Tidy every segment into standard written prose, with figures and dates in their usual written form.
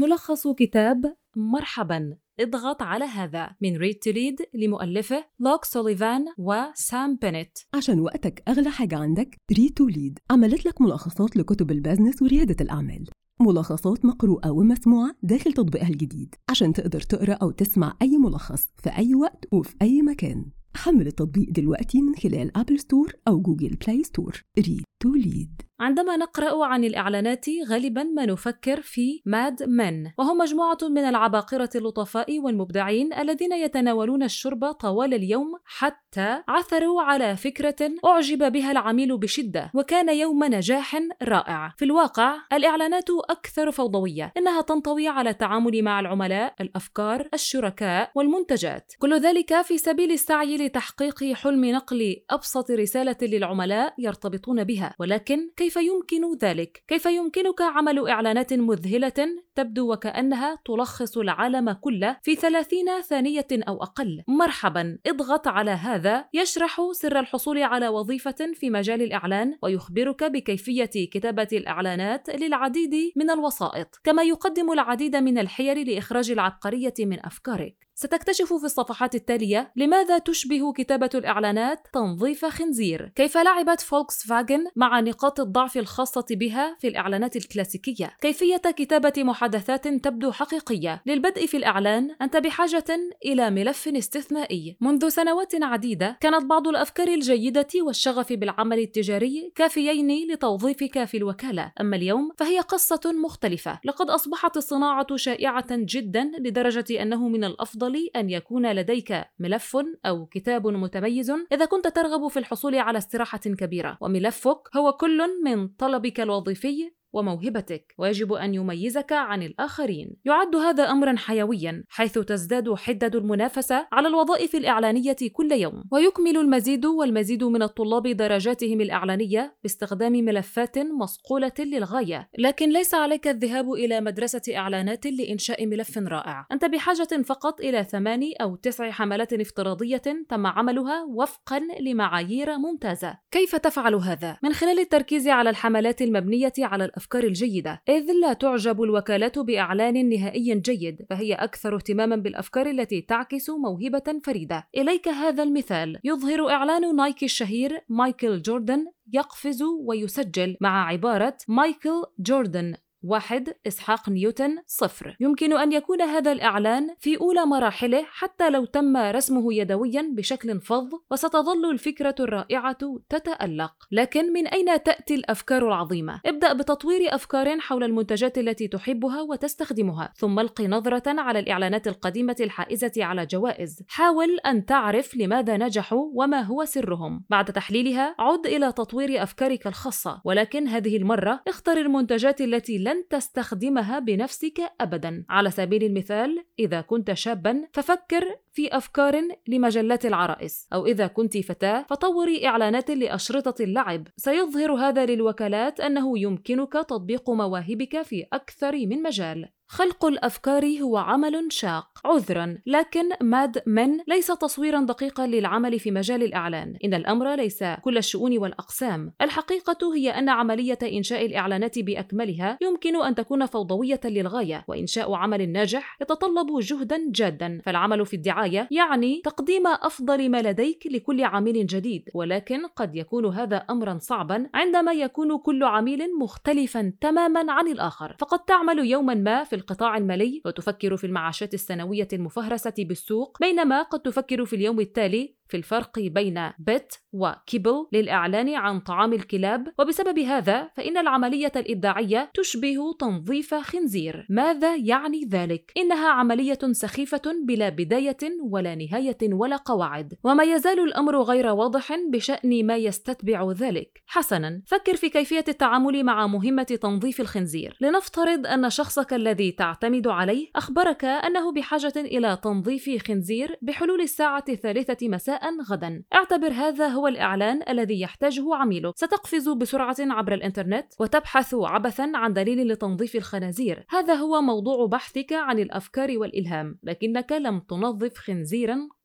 ملخص كتاب مرحباً اضغط على هذا من Read to Lead لمؤلفه لوك سوليفان وسام بينيت. عشان وقتك أغلى حاجة عندك، Read to Lead عملت لك ملخصات لكتب البزنس وريادة الأعمال، ملخصات مقروءة ومسموعة داخل تطبيقها الجديد عشان تقدر تقرأ أو تسمع أي ملخص في أي وقت وفي أي مكان. حمل التطبيق دلوقتي من خلال أبل ستور أو جوجل بلاي ستور. Read to Lead. عندما نقرأ عن الإعلانات غالباً ما نفكر في ماد من، وهم مجموعة من العباقرة اللطفاء والمبدعين الذين يتناولون الشرب طوال اليوم حتى عثروا على فكرة أعجب بها العميل بشدة وكان يوم نجاح رائع. في الواقع الإعلانات أكثر فوضوية، إنها تنطوي على التعامل مع العملاء، الأفكار، الشركاء والمنتجات، كل ذلك في سبيل السعي لتحقيق حلم نقل أبسط رسالة للعملاء يرتبطون بها. ولكن كيف يمكن ذلك؟ كيف يمكنك عمل إعلانات مذهلة تبدو وكأنها تلخص العالم كله في 30 ثانية أو أقل؟ مرحباً اضغط على هذا يشرح سر الحصول على وظيفة في مجال الإعلان ويخبرك بكيفية كتابة الإعلانات للعديد من الوسائط، كما يقدم العديد من الحيل لإخراج العبقرية من أفكارك. ستكتشف في الصفحات التالية لماذا تشبه كتابة الإعلانات تنظيف خنزير، كيف لعبت فولكس فاجن مع نقاط الضعف الخاصة بها في الإعلانات الكلاسيكية، كيفية كتابة محادثات تبدو حقيقية. للبدء في الإعلان أنت بحاجة إلى ملف استثنائي. منذ سنوات عديدة كانت بعض الأفكار الجيدة والشغف بالعمل التجاري كافيين لتوظيفك في الوكالة، أما اليوم فهي قصة مختلفة. لقد أصبحت الصناعة شائعة جدا لدرجة أنه من الأفضل أن يكون لديك ملف أو كتاب متميز إذا كنت ترغب في الحصول على استراحة كبيرة، وملفك هو كل من طلبك الوظيفي وموهبتك، ويجب أن يميزك عن الآخرين. يعد هذا أمراً حيوياً حيث تزداد حدة المنافسة على الوظائف الإعلانية كل يوم، ويكمل المزيد والمزيد من الطلاب درجاتهم الإعلانية باستخدام ملفات مصقولة للغاية. لكن ليس عليك الذهاب إلى مدرسة إعلانات لإنشاء ملف رائع، أنت بحاجة فقط إلى 8 أو 9 حملات افتراضية تم عملها وفقاً لمعايير ممتازة. كيف تفعل هذا؟ من خلال التركيز على الحملات المبنية على الأفكار الجيدة، إذ لا تعجب الوكالات بإعلان نهائي جيد، فهي أكثر اهتماما بالأفكار التي تعكس موهبة فريدة. إليك هذا المثال: يظهر إعلان نايكي الشهير مايكل جوردن يقفز ويسجل مع عبارة مايكل جوردن 1 إسحاق نيوتن 0. يمكن أن يكون هذا الإعلان في أولى مراحله حتى لو تم رسمه يدوياً بشكل فظ، وستظل الفكرة الرائعة تتألق. لكن من أين تأتي الأفكار العظيمة؟ ابدأ بتطوير أفكار حول المنتجات التي تحبها وتستخدمها، ثم القي نظرة على الإعلانات القديمة الحائزة على جوائز. حاول أن تعرف لماذا نجحوا وما هو سرهم. بعد تحليلها عد إلى تطوير أفكارك الخاصة، ولكن هذه المرة اختر المنتجات التي لن تستخدمها بنفسك أبداً. على سبيل المثال، إذا كنت شاباً ففكر في أفكار لمجلات العرائس، أو إذا كنت فتاة فطوري إعلانات لأشرطة اللعب. سيظهر هذا للوكالات أنه يمكنك تطبيق مواهبك في أكثر من مجال. خلق الأفكار هو عمل شاق، عذراً، لكن ماد من ليس تصويراً دقيقاً للعمل في مجال الإعلان. إن الأمر ليس كل الشؤون والأقسام. الحقيقة هي أن عملية إنشاء الإعلانات بأكملها يمكن أن تكون فوضوية للغاية، وإنشاء عمل ناجح يتطلب جهداً جاداً. فالعمل في الدعاية يعني تقديم أفضل ما لديك لكل عميل جديد، ولكن قد يكون هذا أمراً صعباً عندما يكون كل عميل مختلفاً تماماً عن الآخر. فقد تعمل يوماً ما في القطاع المالي وتفكر في المعاشات السنوية المفهرسة بالسوق، بينما قد تفكر في اليوم التالي في الفرق بين بيت وكيبل للإعلان عن طعام الكلاب. وبسبب هذا فإن العملية الإبداعية تشبه تنظيف خنزير. ماذا يعني ذلك؟ إنها عملية سخيفة بلا بداية ولا نهاية ولا قواعد، وما يزال الأمر غير واضح بشأن ما يستتبع ذلك. حسناً، فكر في كيفية التعامل مع مهمة تنظيف الخنزير. لنفترض أن شخصك الذي تعتمد عليه أخبرك أنه بحاجة إلى تنظيف خنزير بحلول الساعة 3 مساء غدا. اعتبر هذا هو الإعلان الذي يحتاجه عميلك. ستقفز بسرعة عبر الإنترنت وتبحث عبثاً عن دليل لتنظيف الخنازير. هذا هو موضوع بحثك عن الأفكار والإلهام، لكنك لم تنظف خنزيراً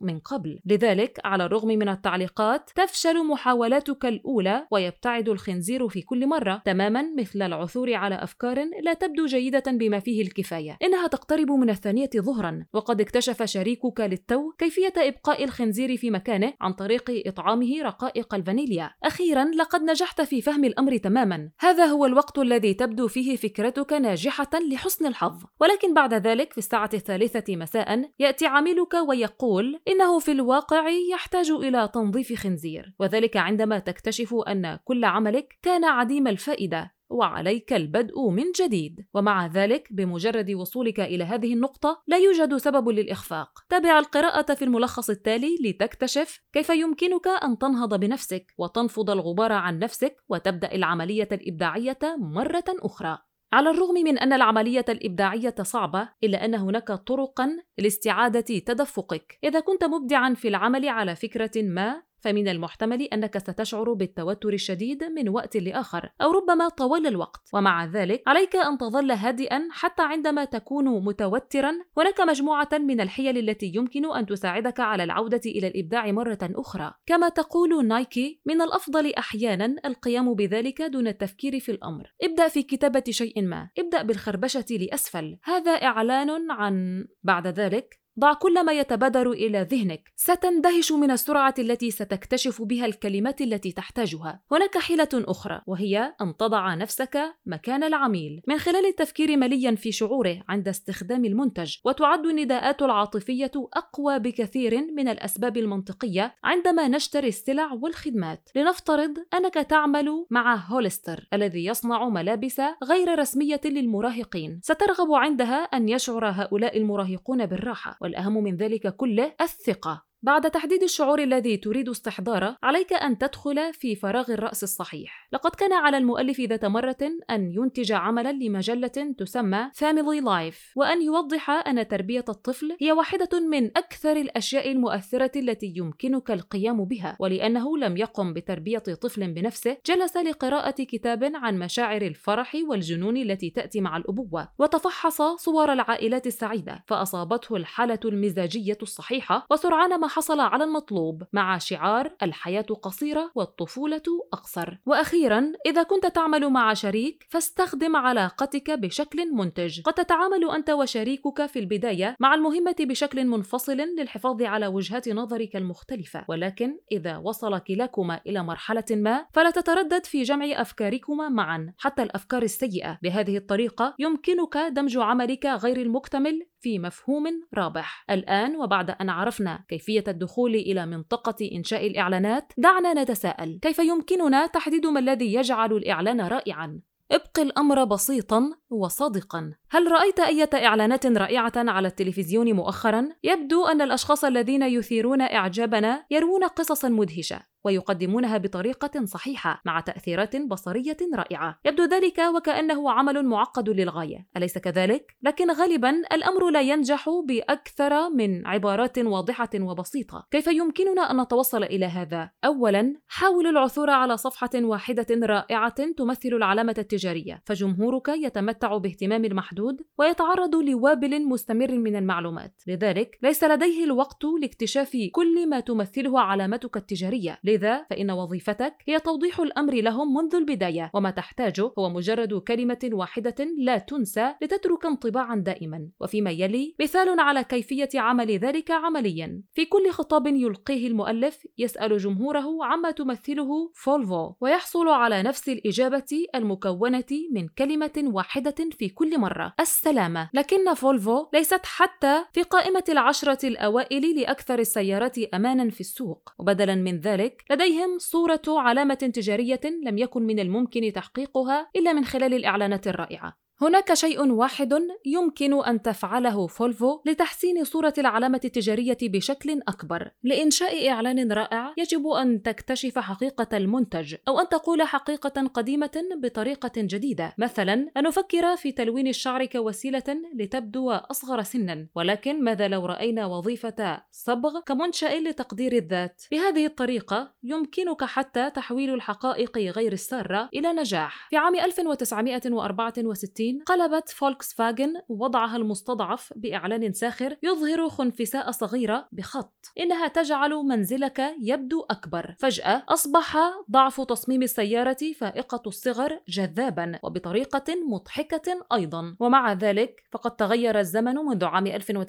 من قبل. لذلك على الرغم من التعليقات تفشل محاولاتك الأولى ويبتعد الخنزير في كل مرة، تماما مثل العثور على أفكار لا تبدو جيدة بما فيه الكفاية. إنها تقترب من الثانية ظهرا، وقد اكتشف شريكك للتو كيفية إبقاء الخنزير في مكانه عن طريق إطعامه رقائق الفانيليا. أخيرا لقد نجحت في فهم الأمر تماما. هذا هو الوقت الذي تبدو فيه فكرتك ناجحة لحسن الحظ. ولكن بعد ذلك في الساعة 3 مساء يأتي عميلك ويقول إنه في الواقع يحتاج إلى تنظيف خنزير، وذلك عندما تكتشف أن كل عملك كان عديم الفائدة وعليك البدء من جديد. ومع ذلك بمجرد وصولك إلى هذه النقطة لا يوجد سبب للإخفاق. تابع القراءة في الملخص التالي لتكتشف كيف يمكنك أن تنهض بنفسك وتنفض الغبار عن نفسك وتبدأ العملية الإبداعية مرة أخرى. على الرغم من أن العملية الإبداعية صعبة، إلا أن هناك طرقاً لاستعادة تدفقك. إذا كنت مبدعاً في العمل على فكرة ما، فمن المحتمل أنك ستشعر بالتوتر الشديد من وقت لآخر أو ربما طوال الوقت، ومع ذلك عليك أن تظل هادئاً حتى عندما تكون متوتراً. هناك مجموعة من الحيل التي يمكن أن تساعدك على العودة إلى الإبداع مرة أخرى. كما تقول نايكي، من الأفضل أحياناً القيام بذلك دون التفكير في الأمر. ابدأ في كتابة شيء ما، ابدأ بالخربشة لأسفل. هذا إعلان عن. بعد ذلك ضع كل ما يتبادر إلى ذهنك. ستندهش من السرعة التي ستكتشف بها الكلمات التي تحتاجها. هناك حيلة أخرى، وهي أن تضع نفسك مكان العميل من خلال التفكير مليا في شعوره عند استخدام المنتج. وتعد النداءات العاطفية أقوى بكثير من الأسباب المنطقية عندما نشتري السلع والخدمات. لنفترض أنك تعمل مع هولستر الذي يصنع ملابس غير رسمية للمراهقين. سترغب عندها أن يشعر هؤلاء المراهقون بالراحة، والأهم من ذلك كله الثقة. بعد تحديد الشعور الذي تريد استحضاره، عليك أن تدخل في فراغ الرأس الصحيح. لقد كان على المؤلف ذات مرة أن ينتج عملاً لمجلة تسمى Family Life، وأن يوضح أن تربية الطفل هي واحدة من أكثر الأشياء المؤثرة التي يمكنك القيام بها. ولأنه لم يقم بتربية طفل بنفسه، جلس لقراءة كتاب عن مشاعر الفرح والجنون التي تأتي مع الأبوة، وتفحص صور العائلات السعيدة، فأصابته الحالة المزاجية الصحيحة، وسرعان ما حصل على المطلوب مع شعار الحياة قصيرة والطفولة أقصر. وأخيراً، إذا كنت تعمل مع شريك فاستخدم علاقتك بشكل منتج. قد تتعامل أنت وشريكك في البداية مع المهمة بشكل منفصل للحفاظ على وجهات نظرك المختلفة، ولكن إذا وصل كلاكما إلى مرحلة ما فلا تتردد في جمع أفكاركما معاً، حتى الأفكار السيئة. بهذه الطريقة يمكنك دمج عملك غير المكتمل في مفهوم رابح. الآن وبعد أن عرفنا كيفية الدخول إلى منطقة إنشاء الإعلانات، دعنا نتساءل: كيف يمكننا تحديد ما الذي يجعل الإعلان رائعاً؟ ابق الأمر بسيطاً وصادقاً. هل رأيت أي إعلانات رائعة على التلفزيون مؤخراً؟ يبدو أن الأشخاص الذين يثيرون إعجابنا يروون قصصاً مدهشة ويقدمونها بطريقة صحيحة مع تأثيرات بصرية رائعة. يبدو ذلك وكأنه عمل معقد للغاية، أليس كذلك؟ لكن غالباً الأمر لا ينجح بأكثر من عبارات واضحة وبسيطة. كيف يمكننا أن نتوصل إلى هذا؟ أولاً، حاول العثور على صفحة واحدة رائعة تمثل العلامة التجارية، فجمهورك يتمتع باهتمام محدود ويتعرض لوابل مستمر من المعلومات، لذلك ليس لديه الوقت لاكتشاف كل ما تمثله علامتك التجارية. لذا فإن وظيفتك هي توضيح الأمر لهم منذ البداية، وما تحتاجه هو مجرد كلمة واحدة لا تنسى لتترك انطباعا دائما. وفيما يلي مثال على كيفية عمل ذلك عمليا: في كل خطاب يلقيه المؤلف يسأل جمهوره عما تمثله فولفو، ويحصل على نفس الإجابة المكونة من كلمة واحدة في كل مرة: السلامة. لكن فولفو ليست حتى في قائمة ال10 الأوائل لأكثر السيارات أمانا في السوق، وبدلا من ذلك لديهم صورة علامة تجارية لم يكن من الممكن تحقيقها إلا من خلال الإعلانات الرائعة. هناك شيء واحد يمكن أن تفعله فولفو لتحسين صورة العلامة التجارية بشكل أكبر. لإنشاء إعلان رائع يجب أن تكتشف حقيقة المنتج، أو أن تقول حقيقة قديمة بطريقة جديدة. مثلا، أن نفكر في تلوين الشعر كوسيلة لتبدو أصغر سنا، ولكن ماذا لو رأينا وظيفة صبغ كمنشأ لتقدير الذات؟ بهذه الطريقة يمكنك حتى تحويل الحقائق غير السارة إلى نجاح. في عام 1964 1967 قلبت فولكس فاجن وضعها المستضعف بإعلان ساخر يظهر خنفساء صغيرة بخط: إنها تجعل منزلك يبدو أكبر. فجأة أصبح ضعف تصميم السيارة فائقة الصغر جذابا وبطريقة مضحكة أيضا. ومع ذلك فقد تغير الزمن منذ عام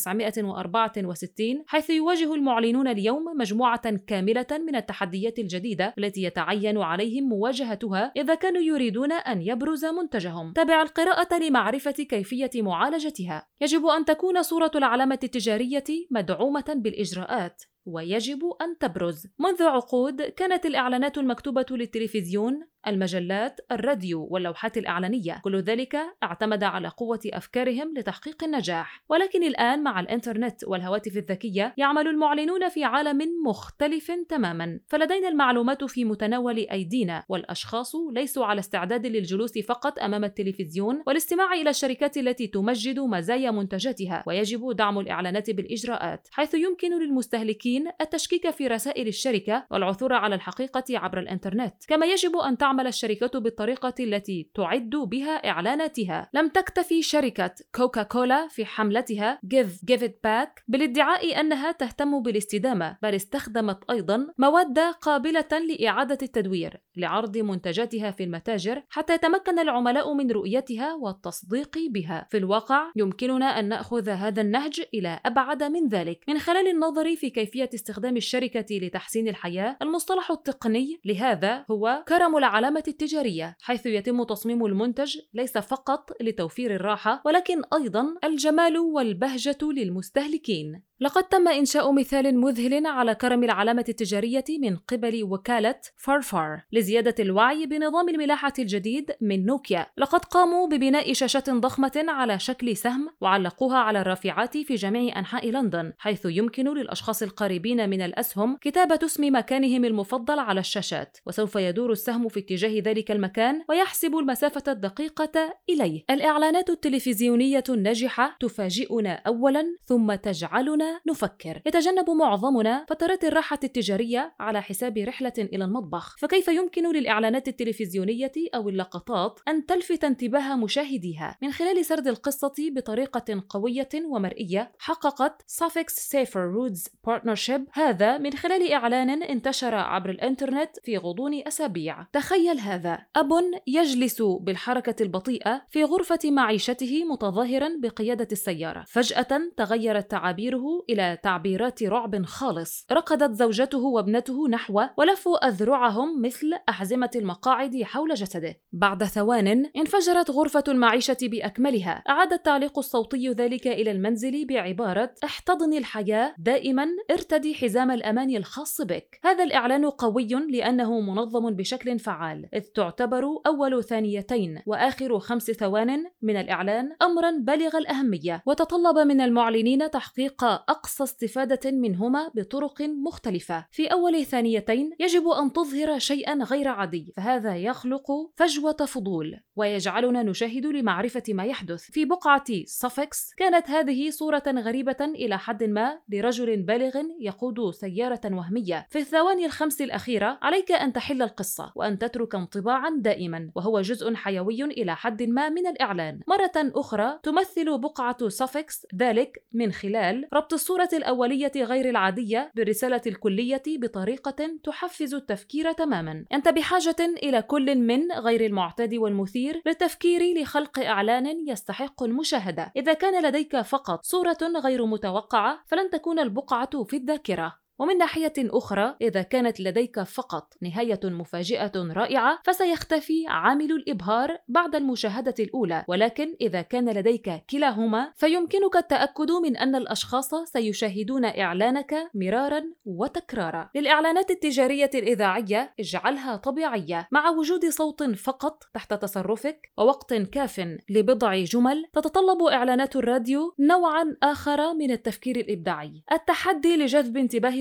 1964، حيث يواجه المعلنون اليوم مجموعة كاملة من التحديات الجديدة التي يتعين عليهم مواجهتها إذا كانوا يريدون أن يبرز منتجهم. تابع القراءة لمعرفة كيفية معالجتها. يجب أن تكون صورة العلامة التجارية مدعومة بالإجراءات، ويجب أن تبرز. منذ عقود كانت الإعلانات المكتوبة للتلفزيون، المجلات، الراديو واللوحات الإعلانية، كل ذلك اعتمد على قوة أفكارهم لتحقيق النجاح. ولكن الآن مع الإنترنت والهواتف الذكية يعمل المعلنون في عالم مختلف تماما. فلدينا المعلومات في متناول أيدينا، والأشخاص ليسوا على استعداد للجلوس فقط أمام التلفزيون والاستماع إلى الشركات التي تمجد مزايا منتجاتها. ويجب دعم الإعلانات بالإجراءات، حيث يمكن للمستهلكين التشكيك في رسائل الشركة والعثور على الحقيقة عبر الإنترنت. كما يجب أن تعمل الشركات بالطريقة التي تعد بها إعلاناتها. لم تكتفي شركة كوكاكولا في حملتها Give It Back بالادعاء أنها تهتم بالاستدامة، بل استخدمت أيضا مواد قابلة لإعادة التدوير لعرض منتجاتها في المتاجر حتى يتمكن العملاء من رؤيتها والتصديق بها. في الواقع يمكننا أن نأخذ هذا النهج إلى أبعد من ذلك من خلال النظر في كيفية استخدام الشركة لتحسين الحياة. المصطلح التقني لهذا هو كرم العلامة التجارية، حيث يتم تصميم المنتج ليس فقط لتوفير الراحة ولكن أيضا الجمال والبهجة للمستهلكين. لقد تم إنشاء مثال مذهل على كرم العلامة التجارية من قبل وكالة فارفار لزيادة الوعي بنظام الملاحة الجديد من نوكيا. لقد قاموا ببناء شاشات ضخمة على شكل سهم وعلقوها على الرافعات في جميع أنحاء لندن، حيث يمكن للأشخاص القريبين من الأسهم كتابة اسم مكانهم المفضل على الشاشات، وسوف يدور السهم في اتجاه ذلك المكان ويحسب المسافة الدقيقة إليه. الإعلانات التلفزيونية الناجحة تفاجئنا أولا ثم تجعلنا نفكر. يتجنب معظمنا فترات الراحة التجارية على حساب رحلة إلى المطبخ، فكيف يمكن للإعلانات التلفزيونية أو اللقطات أن تلفت انتباه مشاهديها؟ من خلال سرد القصة بطريقة قوية ومرئية، حققت سافكس Safer Roads Partnership هذا من خلال إعلان انتشر عبر الإنترنت في غضون أسابيع. تخيل هذا: أب يجلس بالحركة البطيئة في غرفة معيشته متظاهرا بقيادة السيارة. فجأة تغيرت تعابيره إلى تعبيرات رعب خالص. ركضت زوجته وابنته نحوه ولفوا أذرعهم مثل أحزمة المقاعد حول جسده. بعد ثوان انفجرت غرفة المعيشة بأكملها. أعاد التعليق الصوتي ذلك إلى المنزل بعبارة: احتضني الحياة دائما، ارتدي حزام الأمان الخاص بك. هذا الإعلان قوي لأنه منظم بشكل فعال، إذ تعتبر أول ثانيتين وآخر 5 ثوان من الإعلان أمرا بالغ الأهمية، وتطلب من المعلنين تحقيق أقصى استفادة منهما بطرق مختلفة. في أول ثانيتين يجب أن تظهر شيئا غير عادي، فهذا يخلق فجوة فضول ويجعلنا نشاهد لمعرفة ما يحدث. في بقعة سافكس كانت هذه صورة غريبة إلى حد ما لرجل بالغ يقود سيارة وهمية. في الثواني ال5 الأخيرة عليك أن تحل القصة وأن تترك انطباعا دائما، وهو جزء حيوي إلى حد ما من الإعلان. مرة أخرى تمثل بقعة سافكس ذلك من خلال ربط الصورة الأولية غير العادية بالرسالة الكلية بطريقة تحفز التفكير تماما. أنت بحاجة إلى كل من غير المعتاد والمثير للتفكير لخلق إعلان يستحق المشاهدة. إذا كان لديك فقط صورة غير متوقعة فلن تكون البقعة في الذاكرة. ومن ناحية أخرى إذا كانت لديك فقط نهاية مفاجئة رائعة فسيختفي عامل الإبهار بعد المشاهدة الأولى. ولكن إذا كان لديك كلاهما فيمكنك التأكد من أن الأشخاص سيشاهدون إعلانك مرارا وتكرارا. للإعلانات التجارية الإذاعية اجعلها طبيعية مع وجود صوت فقط تحت تصرفك ووقت كاف لبضع جمل. تتطلب إعلانات الراديو نوعا آخر من التفكير الإبداعي، التحدي لجذب انتباه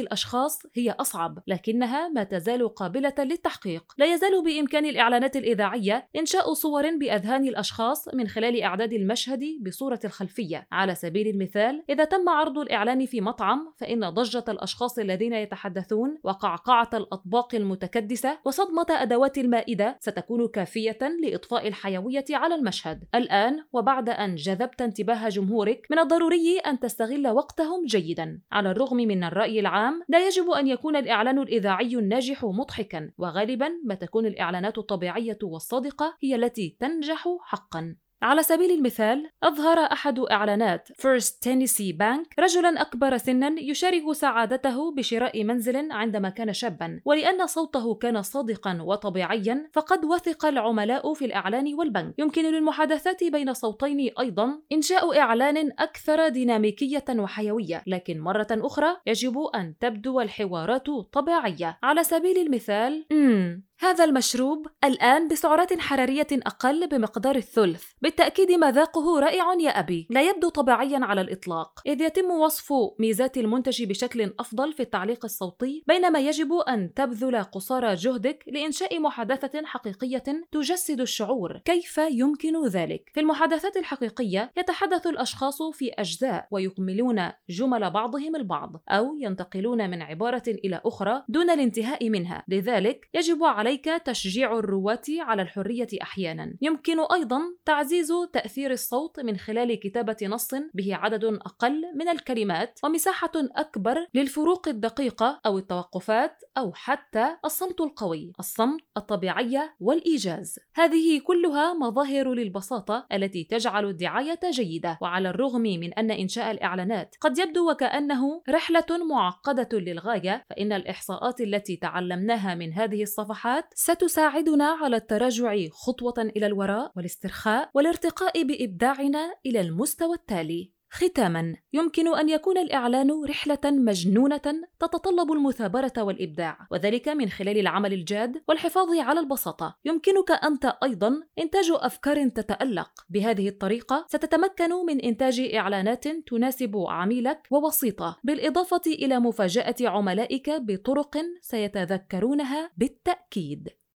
الأشخاص هي أصعب، لكنها ما تزال قابلة للتحقيق. لا يزال بإمكان الإعلانات الإذاعية إنشاء صور بأذهان الأشخاص من خلال إعداد المشهد بصورة الخلفية. على سبيل المثال، إذا تم عرض الإعلان في مطعم، فإن ضجة الأشخاص الذين يتحدثون وقعقعة الأطباق المتكدسة وصدمة أدوات المائدة ستكون كافية لإضفاء الحيوية على المشهد. الآن، وبعد أن جذبت انتباه جمهورك، من الضروري أن تستغل وقتهم جيداً. على الرغم من الرأي العام، لا يجب أن يكون الإعلان الإذاعي الناجح مضحكاً، وغالباً ما تكون الإعلانات الطبيعية والصادقة هي التي تنجح حقاً. على سبيل المثال، أظهر أحد إعلانات First Tennessee Bank رجلاً أكبر سناً يشارك سعادته بشراء منزل عندما كان شاباً، ولأن صوته كان صادقاً وطبيعياً فقد وثق العملاء في الإعلان والبنك. يمكن للمحادثات بين صوتين أيضاً إنشاء إعلان أكثر ديناميكية وحيوية، لكن مرة أخرى يجب أن تبدو الحوارات طبيعية. على سبيل المثال، هذا المشروب الآن بسعرات حرارية أقل بمقدار الثلث. بالتأكيد مذاقه رائع يا أبي. لا يبدو طبيعياً على الإطلاق، إذ يتم وصف ميزات المنتج بشكل أفضل في التعليق الصوتي، بينما يجب أن تبذل قصارى جهدك لإنشاء محادثة حقيقية تجسد الشعور. كيف يمكن ذلك؟ في المحادثات الحقيقية يتحدث الأشخاص في أجزاء ويكملون جمل بعضهم البعض، أو ينتقلون من عبارة إلى أخرى دون الانتهاء منها. لذلك يجب عليك تشجيع الرواة على الحرية أحياناً. يمكن أيضاً تعزيز تأثير الصوت من خلال كتابة نص به عدد أقل من الكلمات ومساحة أكبر للفروق الدقيقة أو التوقفات أو حتى الصمت القوي، الصمت الطبيعية والإيجاز. هذه كلها مظاهر للبساطة التي تجعل الدعاية جيدة. وعلى الرغم من أن إنشاء الإعلانات قد يبدو وكأنه رحلة معقدة للغاية، فإن الإحصاءات التي تعلمناها من هذه الصفحات ستساعدنا على التراجع خطوة إلى الوراء والاسترخاء والارتقاء بإبداعنا إلى المستوى التالي. ختاماً، يمكن أن يكون الإعلان رحلة مجنونة تتطلب المثابرة والإبداع، وذلك من خلال العمل الجاد والحفاظ على البساطة. يمكنك أنت أيضاً إنتاج أفكار تتألق. بهذه الطريقة ستتمكن من إنتاج إعلانات تناسب عميلك ووسيطة، بالإضافة إلى مفاجأة عملائك بطرق سيتذكرونها بالتأكيد.